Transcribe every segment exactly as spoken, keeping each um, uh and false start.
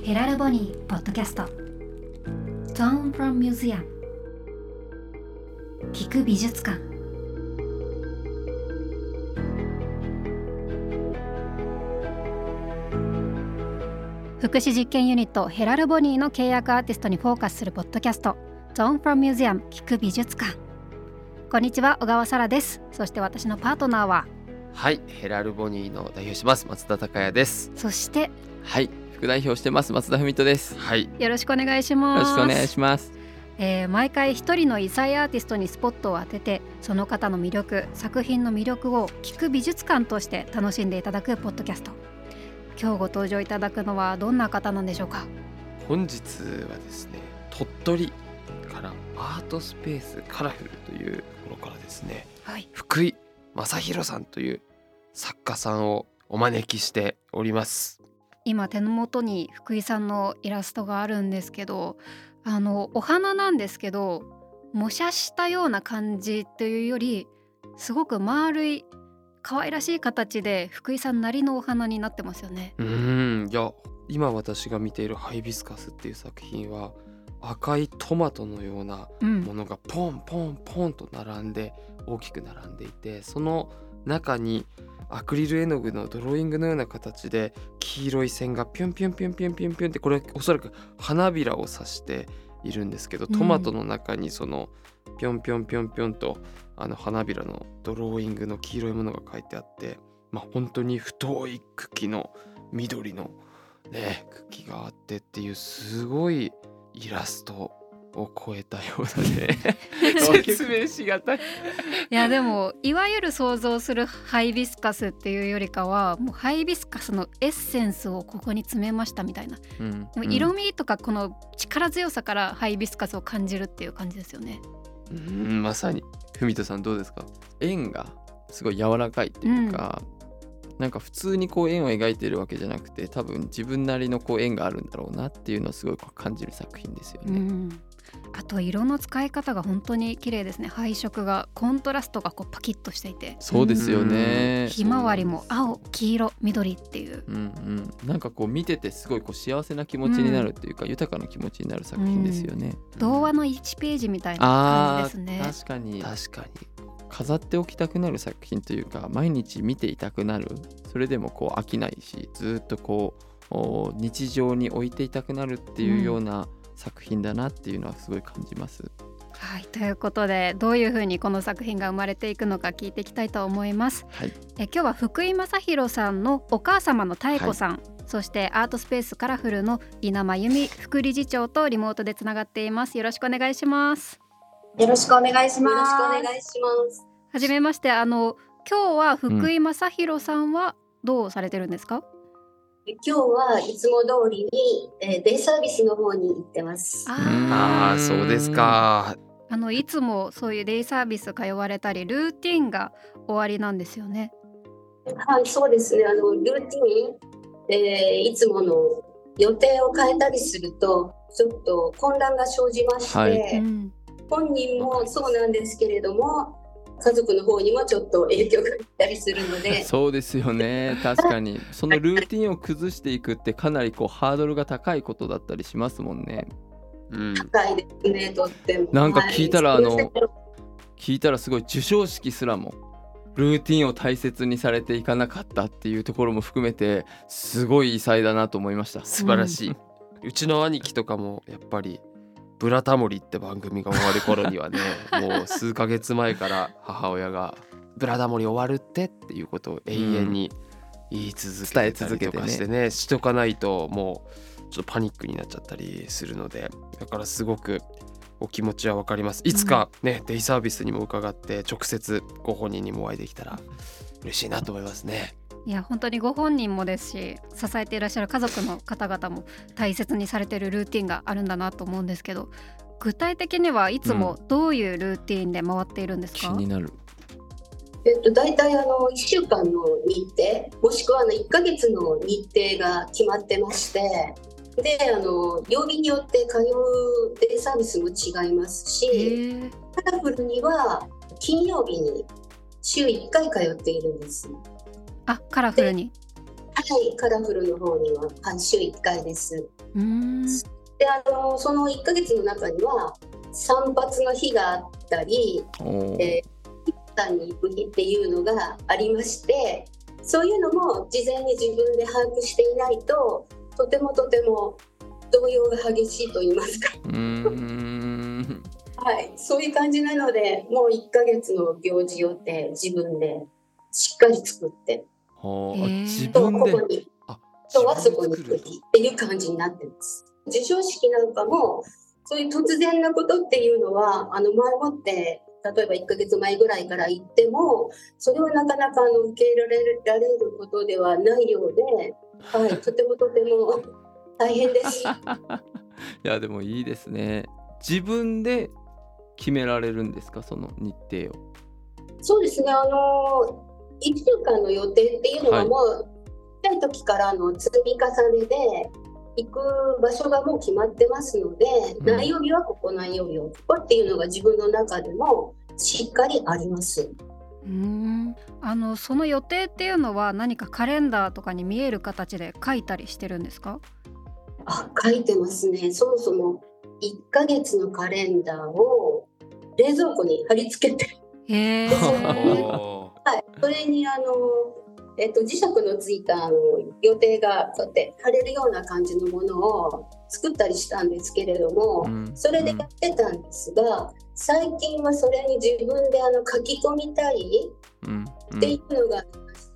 ヘラルボニーポッドキャスト Zone from Museum 聞く美術館。福祉実験ユニットヘラルボニーの契約アーティストにフォーカスするポッドキャスト Zone from Museum 聞く美術館。こんにちは、小川沙羅です。そして私のパートナーは、 はい、ヘラルボニーの代表します松田孝也です。 そしてはい、副代表してます松田文人です。 はい、 よろしくお願いします。 よろしくお願いします。 えー、毎回一人の異彩アーティストにスポットを当てて、その方の魅力、作品の魅力を聞く美術館として楽しんでいただくポッドキャスト。今日ご登場いただくのはどんな方なんでしょうか。 本日はですね、鳥取からアートスペースカラフルというところからですね、はい、福井正弘さんという作家さんをお招きしております。 今手の元に福井さんのイラストがあるんですけど、あのお花なんですけど、模写したような感じというより、すごく丸い可愛らしい形で福井さんなりのお花になってますよね。 うーん、いや今私が見ているハイビスカスっていう作品は赤いトマトのようなものがポンポンポンと並んで、大きく並んでいて、その中にアクリル絵の具のドローイングのような形で黄色い線がピュンピュンピュンピュンピュンピュンって、これおそらく花びらを指しているんですけど、トマトの中にそのピョンピョンピョンピョンとあの花びらのドローイングの黄色いものが書いてあって、まあ、本当に太い茎の緑の、ね、茎があってっていう、すごいイラストを超えたようなね説明しがたい。 いやでもいわゆる想像するハイビスカスっていうよりかは、もうハイビスカスのエッセンスをここに詰めましたみたいな、うんうん、色味とかこの力強さからハイビスカスを感じるっていう感じですよね。 うん、まさに。文人さんどうですか。 円がすごい柔らかいっていうか、うん、なんか普通にこう円を描いてるわけじゃなくて、多分自分なりのこう円があるんだろうなっていうのをすごい感じる作品ですよね。うん、 あと色の使い方が本当に綺麗ですね。配色がコントラストがこうパキッとしていて、 そうですよね。 ひまわりも青、黄色、緑っていう、 うんうん、なんかこう見ててすごいこう幸せな気持ちになるっていうか、うん、豊かな気持ちになる作品ですよね。 うん、童話のいちページみたいな感じですね。 あ、確かに確かに飾っておきたくなる作品というか、毎日見ていたくなる、それでもこう飽きないし、ずっとこう日常に置いていたくなるっていうような作品だなっていうのはすごい感じます。うん、 はい、ということで、どういうふうにこの作品が生まれていくのか聞いていきたいと思います。はい、え今日は福井正弘さんのお母様の妙子さん、はい、そしてアートスペースカラフルの稲間由美副理事長とリモートでつながっています。よろしくお願いします。 よろしくお願いします。よろしくお願いします。 はじめまして。あの今日は福井正弘さんはどうされてるんですか。 うん、今日はいつも通りに、えー、デイサービスの方に行ってます。 ああ、そうですか。 あのいつもそういうデイサービス通われたり、ルーティンが終わりなんですよね。 はい、そうですね。あのルーティン、えー、いつもの予定を変えたりするとちょっと混乱が生じまして、はい、うん、本人もそうなんですけれども、家族の方にもちょっと影響が出たりするのでそうですよね。確かにそのルーティンを崩していくってかなりこうハードルが高いことだったりしますもんね。 うん、高いですね、とっても。 なんか聞いたら、はい、あの聞いたらすごい授賞式すらもルーティンを大切にされていかなかったっていうところも含めて、すごい異彩だなと思いました。 素晴らしい。うん、うちの兄貴とかもやっぱりブラタモリって番組が終わる頃にはねもう数ヶ月前から母親がブラタモリ終わるってっていうことを永遠に言い続けてたりとかしてね、しとかないともうちょっとパニックになっちゃったりするので、だからすごくお気持ちは分かります。いつかね、うん、デイサービスにも伺って直接ご本人にもお会いできたら嬉しいなと思いますね。 いや本当にご本人もですし、支えていらっしゃる家族の方々も大切にされているルーティンがあるんだなと思うんですけど、具体的にはいつもどういうルーティンで回っているんですか。 うん、気になる。 えっと、だいたいあのいっしゅうかんの日程、もしくはあのいっかげつの日程が決まってまして、であの曜日によって通うデイサービスも違いますし、カラフルには金曜日に週いっかい通っているんです。 あ、カラフルに。 はい、カラフルの方には、はい、週いっかいです。うーんであのそのいっかげつの中には散髪の日があったり、えー、さんに行く日っていうのがありまして、そういうのも事前に自分で把握していないと、とてもとても動揺が激しいと言いますかうーんはい、そういう感じなので、もういっかげつの行事予定自分でしっかり作って、 はあ、自分でここに今日はそこに行く日っていう感じになってます。授賞式なんかもそういう突然なことっていうのは、あの前もって例えばいっかげつまえぐらいから行っても、それはなかなかあの受け入れられることではないようで、はい、とてもとても大変ですいやでもいいですね。自分で決められるんですか、その日程を。 そうですね、あのいっしゅうかんの予定っていうのはもう、はい、小さい時からの積み重ねで行く場所がもう決まってますので、うん、何曜日はここ、何曜日はここっていうのが自分の中でもしっかりあります。 うーんあのその予定っていうのは何かカレンダーとかに見える形で書いたりしてるんですか？ あ、書いてますね。そもそもいっかげつのカレンダーを冷蔵庫に貼り付けてへーはい、それにあのえっと、磁石のついたあの予定がこうやって貼れるような感じのものを作ったりしたんですけれども、うん、それでやってたんですが、うん、最近はそれに自分であの書き込みたいっていうのがありまして、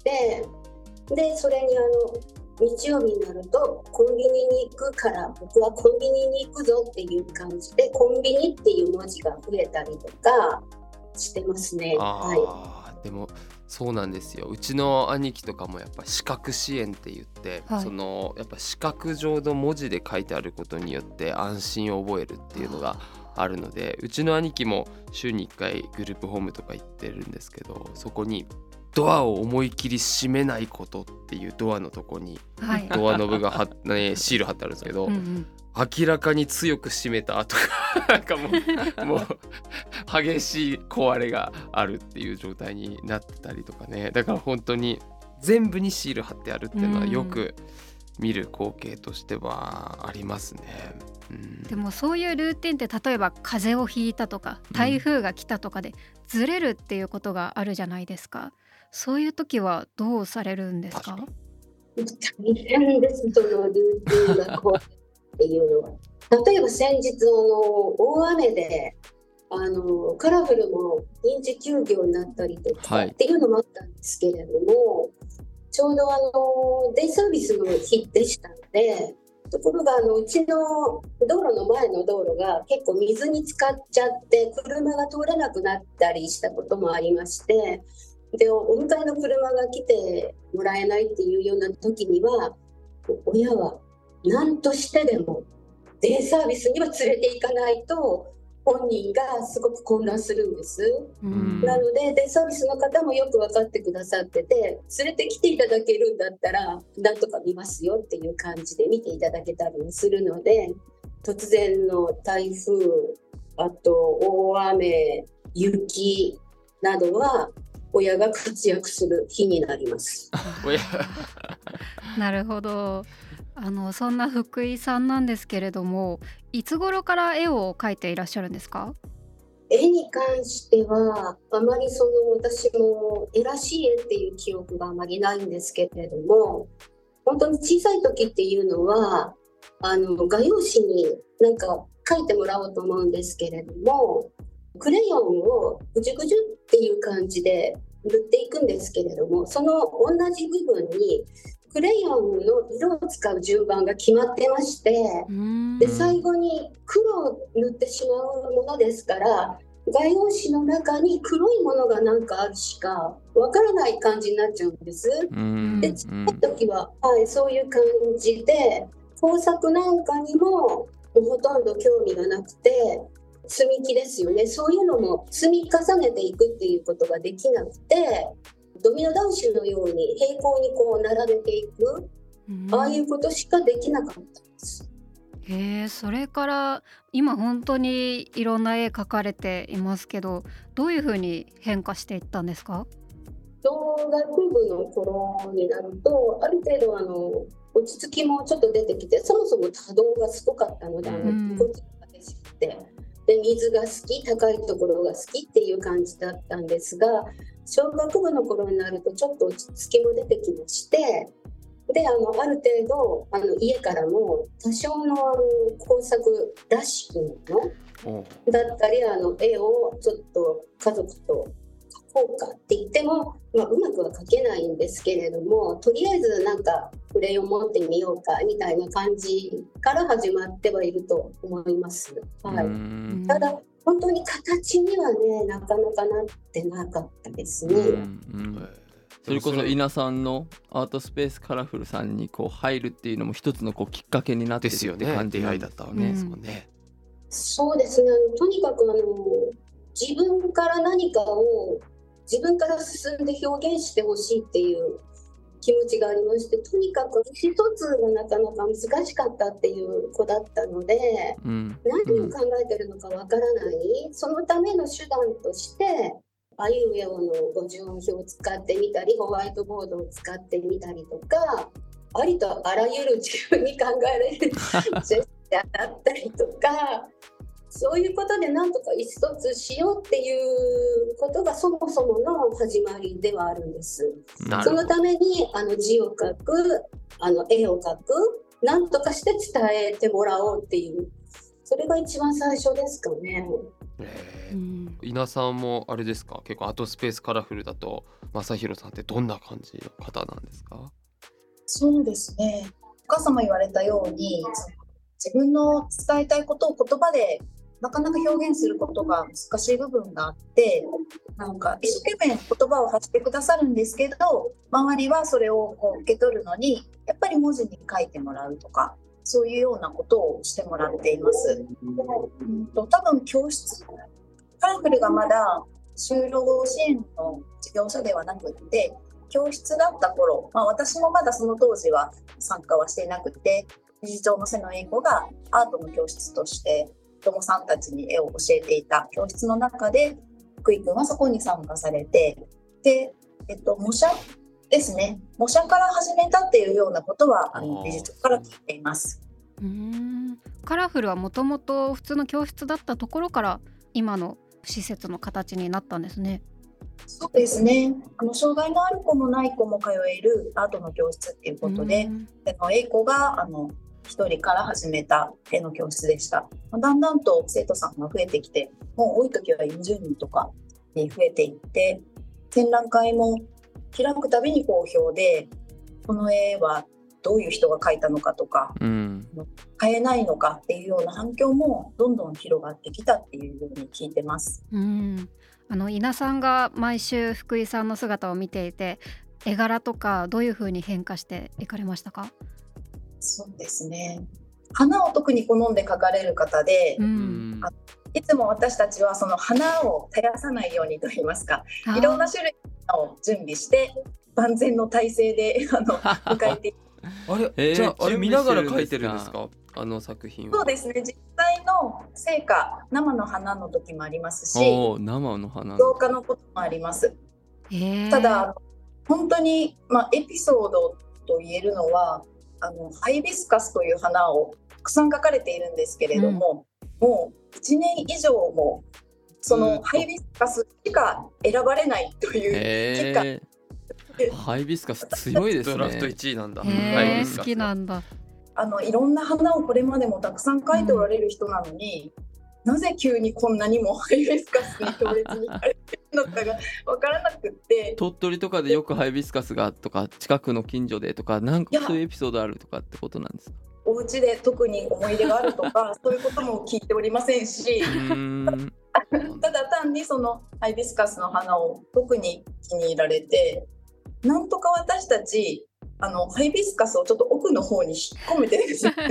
うん、でそれにあの日曜日になるとコンビニに行くから僕はコンビニに行くぞっていう感じで、コンビニっていう文字が増えたりとかしてますね。 はい、でもそうなんですよ。うちの兄貴とかもやっぱ視覚支援って言って、はい、そのやっぱ視覚上の文字で書いてあることによって安心を覚えるっていうのがあるので、うちの兄貴も週にいっかいグループホームとか行ってるんですけど、そこにドアを思いっきり閉めないことっていうドアのとこにドアノブが貼っ、ね、シール貼ってあるんですけど、うんうん、明らかに強く閉めた後がなんかもう、もう激しい壊れがあるっていう状態になってたりとかね。だから本当に全部にシール貼ってあるっていうのはよく見る光景としてはありますね。うん、 でもそういうルーティンって、例えば風邪をひいたとか台風が来たとかでずれるっていうことがあるじゃないですか。そういう時はどうされるんですか？ 大変です、そのルーティンがこうっていうのは。例えば先日あの大雨であのカラフルも臨時休業になったりとかっていうのもあったんですけれども、はい、ちょうどあのデイサービスの日でしたので、ところがあのうちの道路の前の道路が結構水に浸かっちゃって車が通れなくなったりしたこともありまして、でお迎えの車が来てもらえないっていうような時には、親は何としてでもデイサービスには連れて行かないと本人がすごく混乱するんです。なのでデイサービスの方もよく分かってくださってて、連れてきていただけるんだったらなんとか見ますよっていう感じで見ていただけたりもするので、突然の台風、あと大雨、雪などは親が活躍する日になりますなるほど。あのそんな福井さんなんですけれども、いつ頃から絵を描いていらっしゃるんですか？ 絵に関してはあまりその私も絵らしい絵っていう記憶があまりないんですけれども、本当に小さい時っていうのはあの画用紙になんか描いてもらおうと思うんですけれども、クレヨンをぐじゅぐじゅっていう感じで塗っていくんですけれども、その同じ部分にクレヨンの色を使う順番が決まってまして、で最後に黒を塗ってしまうものですから、画用紙の中に黒いものがなんかあるしかわからない感じになっちゃうんです。で小さい時は、はい、そういう感じで工作なんかにもほとんど興味がなくて、積み木ですよね、そういうのも積み重ねていくっていうことができなくて、ドミノ倒しのように平行にこう並べていく、ああいうことしかできなかったんです。 へえ、それから今本当にいろんな絵描かれていますけど、どういうふうに変化していったんですか？ 小学部の頃になるとある程度あの落ち着きもちょっと出てきて、そもそも多動がすごかったので、あの動きが激しくて、で水が好き、高いところが好きっていう感じだったんですが、小学部の頃になるとちょっと落ち着きも出てきまして、であのある程度あの家からも多少の、あの工作らしきのだったり、あの絵をちょっと家族と描こうかって言っても、まあ、うまくは描けないんですけれども、とりあえずなんかクレヨン持ってみようかみたいな感じから始まってはいると思います、はい、ただ本当に形にはねなかなかなってなかったですね。うんうん、 それこそ稲さんのアートスペースカラフルさんにこう入るっていうのも一つのこうきっかけになってるって感じなんだったわけですもんね。 そうですね、とにかくあの自分から何かを自分から進んで表現してほしいっていう気持ちがありまして、とにかく一つがなかなか難しかったっていう子だったので、うん、何を考えてるのかわからない、うん、そのための手段としてあいうえおの五十音表を使ってみたり、ホワイトボードを使ってみたりとか、ありとあらゆる自分に考えられるジェスチャーだったりとか、そういうことでなんとか一つしようっていうことがそもそもの始まりではあるんです。そのためにあの字を書く、あの絵を描く、なんとかして伝えてもらおうっていう、それが一番最初ですかね。 えーうん、稲さんもあれですか、結構アートスペースカラフルだと正弘さんってどんな感じの方なんですか？ そうですね、お母様言われたように自分の伝えたいことを言葉でなかなか表現することが難しい部分があって、なんか一生懸命言葉を発してくださるんですけど、周りはそれをこう受け取るのにやっぱり文字に書いてもらうとか、そういうようなことをしてもらっています。うんと多分教室カラフルがまだ就労支援の事業者ではなくって教室だった頃、まあ、私もまだその当時は参加はしていなくて、理事長の瀬野英子がアートの教室として子どもさんたちに絵を教えていた教室の中で福井くんはそこに参加されて、で、えっと、模写ですね、模写から始めたっていうようなことはあの理事長から聞いています。 うーん、カラフルはもともと普通の教室だったところから今の施設の形になったんですね。 そうですね、あの障害のある子もない子も通えるアートの教室っていうことで、英子があの一人から始めた絵の教室でした。だんだんと生徒さんが増えてきて、もう多い時はよんじゅうにんとかに増えていって、展覧会も開くたびに好評で、この絵はどういう人が描いたのかとか、うん、買えないのかっていうような反響もどんどん広がってきたっていうように聞いてます。 うん、あの稲さんが毎週福井さんの姿を見ていて、絵柄とかどういう風に変化していかれましたか？ そうですね、花を特に好んで描かれる方で、うん、あいつも私たちはその花を絶やさないようにといいますか、いろんな種類の花を準備して万全の体制であの迎えていあれ、えー、じゃああれ見ながら描いてるんですか？あの作品は。 そうですね、実際の成果、生の花の時もありますし、 生の花造花のこともあります。ただ本当に、まあ、エピソードと言えるのはあのハイビスカスという花をたくさん描かれているんですけれども、うん、もういちねん以上もそのハイビスカスしか選ばれないという結果、ハイビスカス強いですね。 ドラフトいちいなんだ。 ハイビスカス好きなんだ。 あのいろんな花をこれまでもたくさん描いておられる人なのに、うん、なぜ急にこんなにもハイビスカスに強烈に惹かれてるのかが分からなくって、 鳥取とかでよくハイビスカスがとか近くの近所でとか、なんかそういうエピソードあるとかってことなんですか？ お家で特に思い出があるとかそういうことも聞いておりませんし、んただ単にそのハイビスカスの花を特に気に入られて、なんとか私たちあのハイビスカスをちょっと奥の方に引っ込めてですね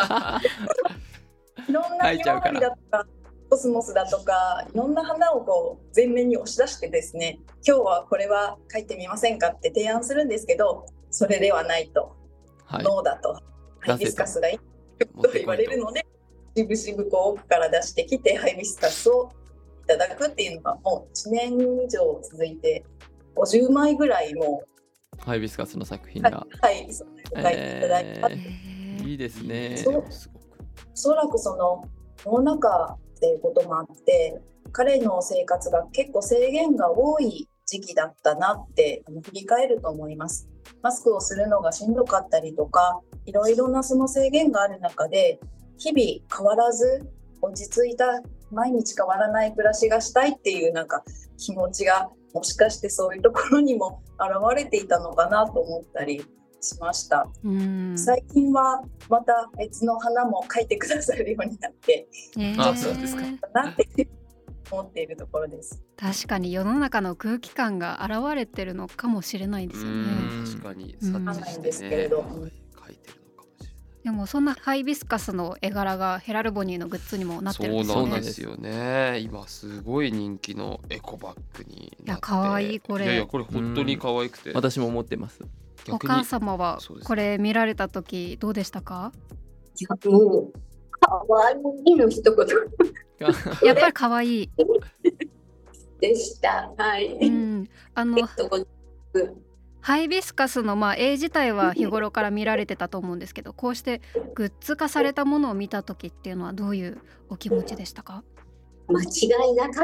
いろんなひまわりだとかコスモスだとかいろんな花をこう前面に押し出してですね、今日はこれは描いてみませんかって提案するんですけど、それではないと、はい、ノーだと、ハイビスカスがいいと言われるので、しぶしぶこう奥から出してきてハイビスカスをいただくっていうのがもういちねん以上続いてごじゅうまいぐらいもハイビスカスの作品が、 はい、はい、書いていただいた、 えー、いいですね。 そおそらくそのコロナ禍っていうこともあって彼の生活が結構制限が多い時期だったなって振り返ると思います。マスクをするのがしんどかったりとかいろいろなその制限がある中で日々変わらず落ち着いた毎日変わらない暮らしがしたいっていうなんか気持ちがもしかしてそういうところにも現れていたのかなと思ったりしました。うん最近はまた別の花も描いてくださるようになって、 えー、あ、そうですかなって思っているところです。 確かに世の中の空気感が現れてるのかもしれないですよね。 確かに察知してね、 ですけれど、 描いてるのかもしれない。 でもそんなハイビスカスの絵柄がヘラルボニーのグッズにもなってるんですよね。 そうなんですよね。今すごい人気のエコバッグになって、いや可愛いこれ。 いやいやこれ本当に可愛くて、 私も持ってます。 お母様はこれ見られた時どうでしたか？ いやもう可愛いの一言やっぱり可愛いでした。はい。うん、 あのハイビスカスのまあ絵自体は日頃から見られてたと思うんですけど、こうしてグッズ化されたものを見た時っていうのはどういうお気持ちでしたか？ 間違いなか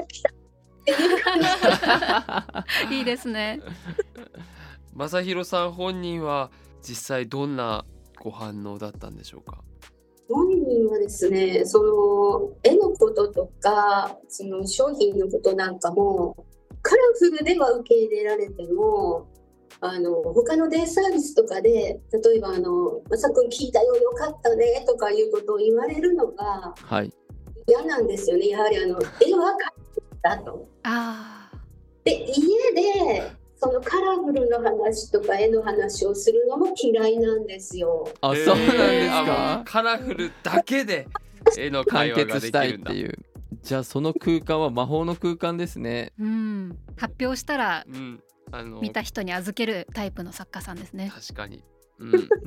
ったいいですね。 正弘さん本人は実際どんなご反応だったんでしょうか？ 本人はですね、その絵のこととかその商品のことなんかもカラフルでは受け入れられても、あの他のデイサービスとかで例えばあのまさくん聞いたよよかったねとかいうことを言われるのが嫌なんですよね。やはりあの絵は描いたと。あで家でそのカラフルの話とか絵の話をするのも嫌いなんですよ。 あ、そうなんですか。 カラフルだけで絵の会話ができるんだ。 完結したいっていう。じゃあその空間は魔法の空間ですね。 うん、発表したら、うんあの見た人に預けるタイプの作家さんですね。 確かに、 うん、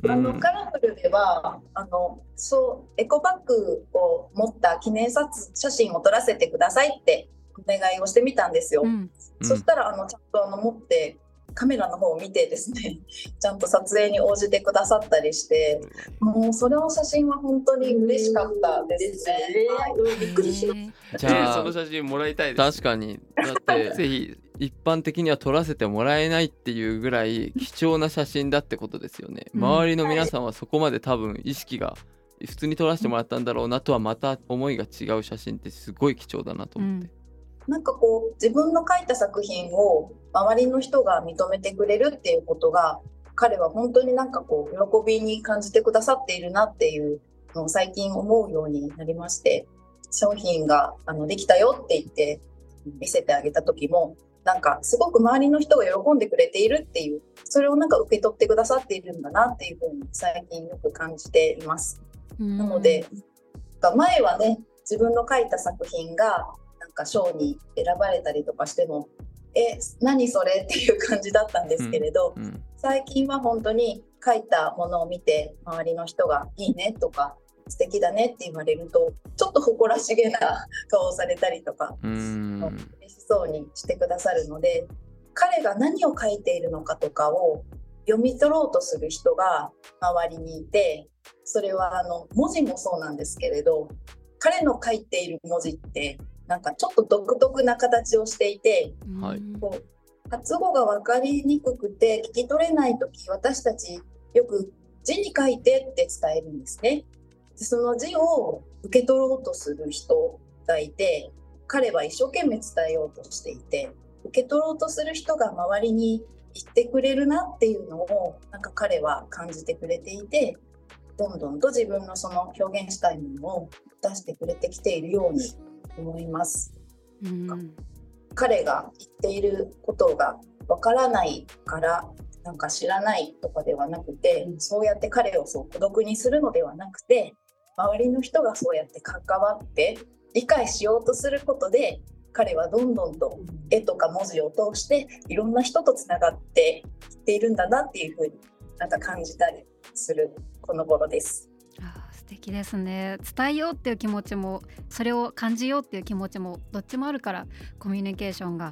あのカラフルではあのそうエコバッグを持った記念撮写真を撮らせてくださいってお願いをしてみたんですよ、うん、そしたらあのちゃんとあの持ってカメラの方を見てですねちゃんと撮影に応じてくださったりして、もうそれの写真は本当に嬉しかったですね。びっくりしました。 じゃあその写真もらいたいです。 確かにだってぜひ一般的には撮らせてもらえないっていうぐらい貴重な写真だってことですよね。周りの皆さんはそこまで多分意識が普通に撮らせてもらったんだろうなとはまた思いが違う写真ってすごい貴重だなと思って、 うん、なんかこう自分の描いた作品を周りの人が認めてくれるっていうことが彼は本当になんかこう喜びに感じてくださっているなっていうのを最近思うようになりまして、商品があのできたよって言って見せてあげた時もなんかすごく周りの人が喜んでくれているっていう、それをなんか受け取ってくださっているんだなっていうふうに最近よく感じています。なので前はね自分の描いた作品がなんか賞に選ばれたりとかしてもえ何それっていう感じだったんですけれど、うんうん、最近は本当に描いたものを見て周りの人がいいねとか素敵だねって言われるとちょっと誇らしげな顔をされたりとか、うん嬉しそうにしてくださるので、彼が何を書いているのかとかを読み取ろうとする人が周りにいて、それはあの文字もそうなんですけれど、彼の書いている文字ってなんかちょっと独特な形をしていて、はい、こう発語が分かりにくくて聞き取れないとき、私たちよく字に書いてって伝えるんですね。でその字を受け取ろうとする人がいて、彼は一生懸命伝えようとしていて、受け取ろうとする人が周りに言ってくれるなっていうのをなんか彼は感じてくれていて、どんどんと自分のその表現したいものを出してくれてきているように思います。うん、彼が言っていることがわからないからなんか知らないとかではなくて、そうやって彼をそう孤独にするのではなくて、周りの人がそうやって関わって理解しようとすることで、彼はどんどんと絵とか文字を通していろんな人とつながっていっているんだなっていうふうになんか感じたりするこの頃です。 あ、素敵ですね。伝えようっていう気持ちもそれを感じようっていう気持ちもどっちもあるからコミュニケーションが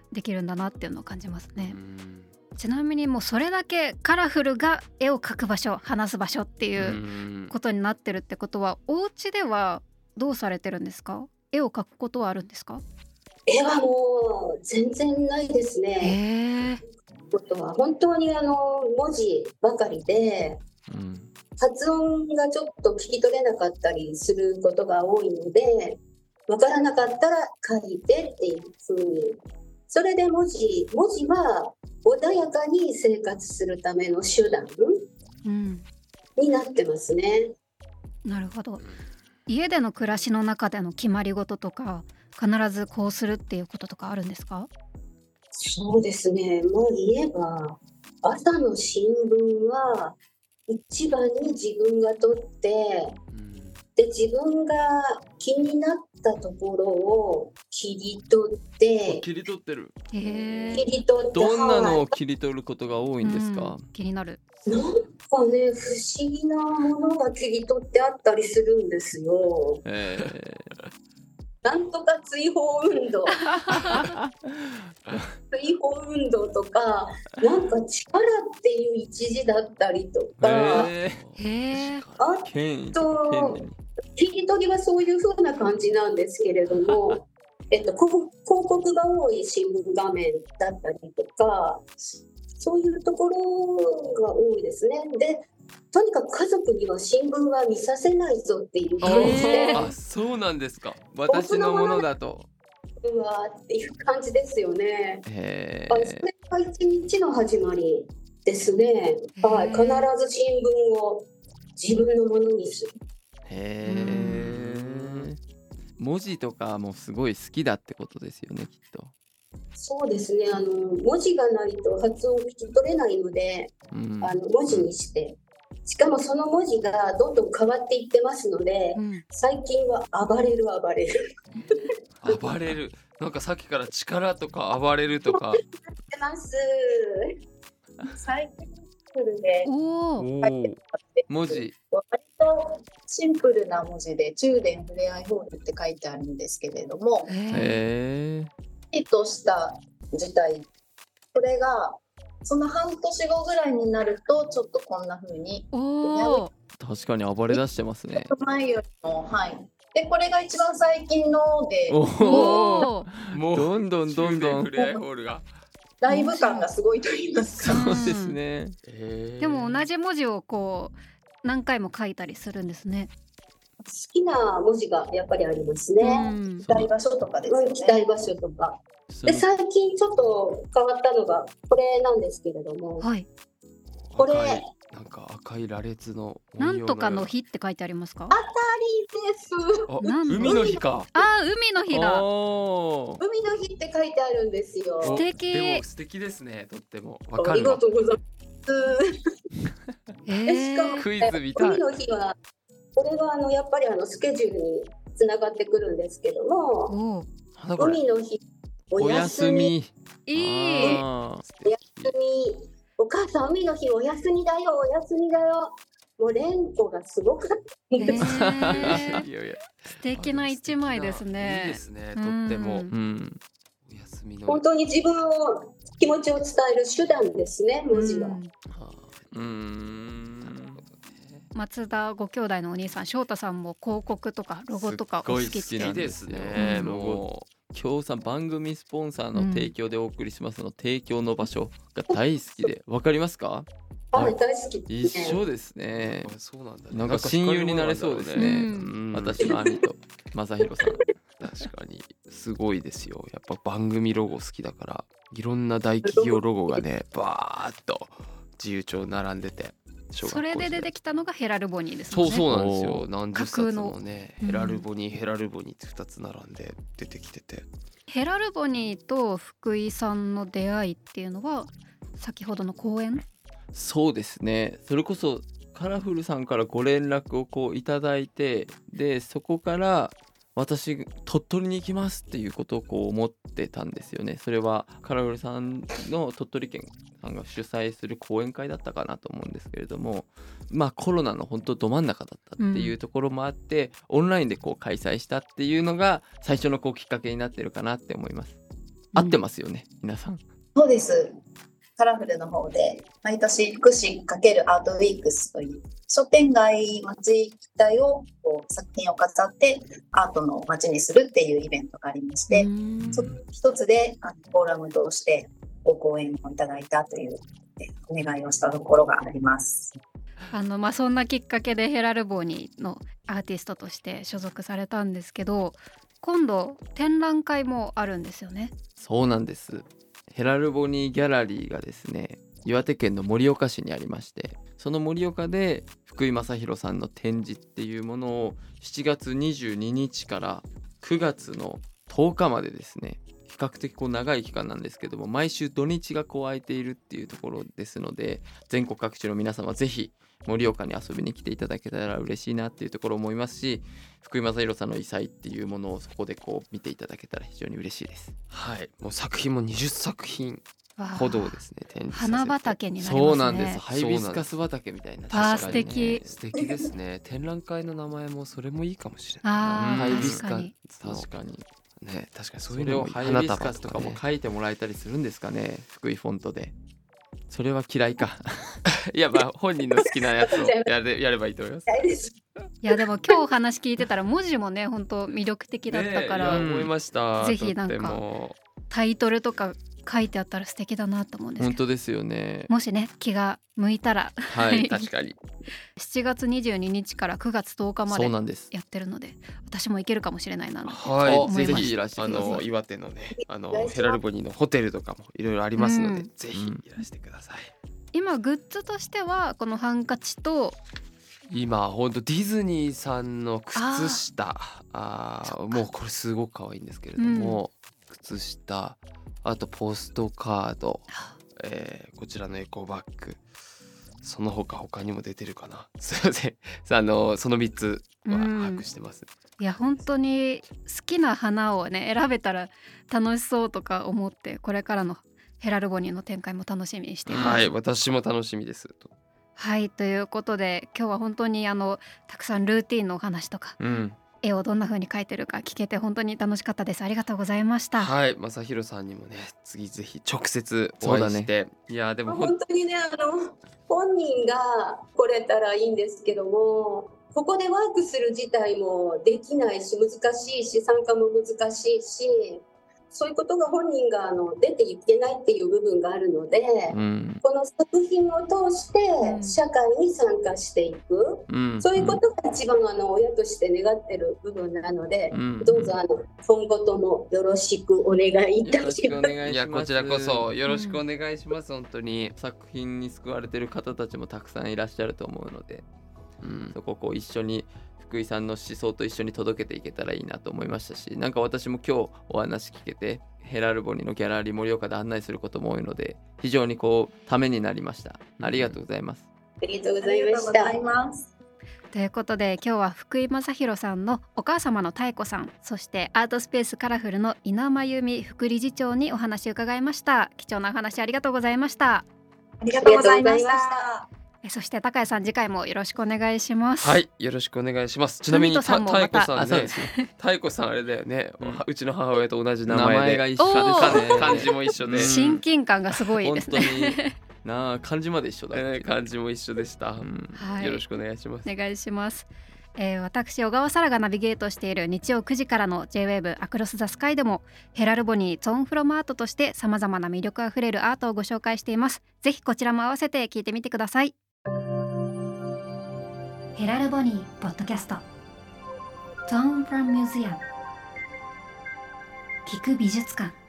できるんだなっていうのを感じますね。ちなみにもうそれだけカラフルが絵を描く場所、話す場所っていうことになってるってことは、お家ではどうされてるんですか？絵を描くことはあるんですか？ 絵はもう全然ないですね。ことは本当にあの文字ばかりで、うん、発音がちょっと聞き取れなかったりすることが多いので、わからなかったら書いてっていうふうに、それで文字文字は穏やかに生活するための手段、うん、になってますね。 なるほど。家での暮らしの中での決まり事とか、必ずこうするっていうこととかあるんですか？ そうですね、もう言えば朝の新聞は一番に自分が取って、うん、で自分が気になったところを切り取って切り取ってる切り取ってどんなのを切り取ることが多いんですか？ うん、気になる。 なんかね、不思議なものが切り取ってあったりするんですよ。えーなんとか追放運動追放運動とか、なんか力っていう一字だったりとか、へーあと切り取りはそういう風な感じなんですけれどもえっと、広告が多い新聞画面だったりとか、そういうところが多いですね。でとにかく家族には新聞は見させないぞっていう感じで、 あ、そうなんですか。私のものだとうわっていう感じですよね。へー、あ、それが一日の始まりですね。はい、必ず新聞を自分のものにする。へー、文字とかもすごい好きだってことですよね、きっと。 そうですね、あの文字がないと発音聞き取れないので、うん、あの文字にして、しかもその文字がどんどん変わっていってますので、うん、最近は暴れる暴れる暴れる、なんかさっきから力とか暴れるとか言ってます最近フルで文字割とシンプルな文字で中電ふれあいホールって書いてあるんですけれども、へーヒットした字体、これがその半年後ぐらいになるとちょっとこんな風に確かに暴れ出してますね。 前よりも、はい。でこれが一番最近ので、 おもうどんどんどんどんフレアホールがライブ感がすごいと言いますか。 そうですね。 でも同じ文字をこう何回も書いたりするんですね。 好きな文字がやっぱりありますね。 行きたい場所とかですよね。 行きたい場所とか。で最近ちょっと変わったのがこれなんですけれども、はい、これなんか赤い羅列のなんとかの日って書いてありますか？ 当たりです。 あ、海の日か。 あ、海の日だ。 海の日って書いてあるんですよ。 素敵。 でも素敵ですね。とってもわかる。 ありがとうございます。 えー、 しかもクイズみたい。 海の日はこれはあのやっぱりあのスケジュールにつながってくるんですけども、海の日お休み、 いい、 お休み、お母さん海の日お休みだよ、お休みだよ。もう連呼がすごかったんです。えー、素敵な一枚ですね。 いいですね、とっても、うん、 お休みの本当に自分を気持ちを伝える手段ですね、文字は。うん、うーん、松田ご兄弟のお兄さん翔太さんも広告とかロゴとかお好きってですね。もう今日さん番組スポンサーの提供でお送りしますの、うん、提供の場所が大好きでわかりますか？ はい、大好きですね。一緒ですね。そうなんだね。なんか親友になれそうですね。うん、私の兄と正弘さん。確かにすごいですよ。やっぱ番組ロゴ好きだからいろんな大企業ロゴがねバーッと自由帳並んでて。 それで出てきたのがヘラルボニーですもんね。 そうそうなんですよ。何十冊もね、ヘラルボニー、ヘラルボニーってふたつ並んで出てきてて、 ヘラルボニーと福井さんの出会いっていうのは先ほどの講演？ そうですね。それこそカラフルさんからご連絡をこういただいて、でそこから私鳥取に行きますっていうことをこう思ってたんですよね。それはカラフルさんの鳥取県さんが主催する講演会だったかなと思うんですけれども、まあコロナの本当ど真ん中だったっていうところもあって、うん、オンラインでこう開催したっていうのが最初のこうきっかけになってるかなって思います。 合ってますよね、うん、皆さん。 そうです。カラフルの方で毎年福祉×アートウィークスという商店街街一帯をこう作品を飾ってアートの街にするっていうイベントがありまして、そ一つであのフォーラムとしてご講演をいただいたというお願いをしたところがあります。 あの、まあ、そんなきっかけでヘラルボニーのアーティストとして所属されたんですけど、今度展覧会もあるんですよね。 そうなんです。ヘラルボニーギャラリーがですね、岩手県の盛岡市にありまして、その盛岡で福井正弘さんの展示っていうものをしちがつにじゅうににちからくがつのとおかまでですね、比較的こう長い期間なんですけども、毎週土日がこう空いているっていうところですので、全国各地の皆様ぜひ盛岡に遊びに来ていただけたら嬉しいなっていうところを思いますし、福井正弘さんの異彩っていうものをそこでこう見ていただけたら非常に嬉しいです。 はい、もう作品もにじゅっさく品ほどですね、展示させて。 花畑になりますね。 そうなんです。ハイビスカス畑みたいな。 あー、素敵。 素敵ですね。展覧会の名前もそれもいいかもしれない。 あハイビスカス、 確かにね、確かにそういうのをハイビスカスとかも書いてもらえたりするんですかね、福井フォントで。それは嫌いかいや、まあ本人の好きなやつをやれ、やればいいと思います。 いやでも今日お話聞いてたら文字もね本当魅力的だったから、 ね、思いました。 ぜひなんかタイトルとか書いてあったら素敵だなと思うんですけど。 本当ですよね。 もしね気が向いたらはい確かにしちがつにじゅうににちからくがつとおかまでやってるので、私も行けるかもしれないなと思いました。 ぜひいらしてください。あの岩手のね、あのヘラルボニーのホテルとかもいろいろありますので、うん、ぜひいらしてください。 今グッズとしてはこのハンカチと、 今ほんとディズニーさんの靴下、ああもうこれすごく可愛いんですけれども、うん、靴下、あとポストカード、えー、こちらのエコバッグ、その他他にも出てるかなすいませんあのそのみっつは把握してます、 うん、いや本当に好きな花をね選べたら楽しそうとか思って、これからのヘラルボニーの展開も楽しみにしています。 はい、私も楽しみですと。 はい、ということで今日は本当にあのたくさんルーティンのお話とか、うん、絵をどんな風に描いてるか聞けて本当に楽しかったです。ありがとうございました。 はい、正弘さんにもね次ぜひ直接お会いして、ね、いやでも本当にね、あの本人が来れたらいいんですけども、ここでワークする自体もできないし難しいし、参加も難しいし、そういうことが本人があの出ていけないっていう部分があるので、うん、この作品を通して社会に参加していく、うん、そういうことが一番あの親として願ってる部分なので、うん、どうぞあの今後ともよろしくお願いいたします。 いやこちらこそよろしくお願いします、うん、本当に作品に救われてる方たちもたくさんいらっしゃると思うので、うん、そこをこう一緒に福井さんの思想と一緒に届けていけたらいいなと思いましたし、なんか私も今日お話聞けてヘラルボニーのギャラリー盛岡で案内することも多いので、非常にこうためになりました。ありがとうございます。 ありがとうございました。 ということで今日は福井正弘さんのお母様の妙子さん、そしてアートスペースカラフルの稲間由美副理事長にお話を伺いました。貴重なお話ありがとうございました。 ありがとうございました。 そして高谷さん次回もよろしくお願いします。 はい、よろしくお願いします。ちなみに妙子さんね、妙子さんあれだよね、うん、うちの母親と同じ名前で名前が一緒ですね。 漢字も一緒で親近感がすごいですね。 本当になあ、漢字まで一緒だ、 ね、漢字も一緒でした、うんはい、よろしくお願いします。 お願いします。えー、私小川沙羅がナビゲートしている日曜くじからの ジェイウェーブ アクロスザスカイでもヘラルボニーゾーンフロムアートとしてさまざまな魅力あふれるアートをご紹介しています。ぜひこちらも合わせて聞いてみてください。ヘラルボニーポッドキャスト Zone from Museum 聞く美術館。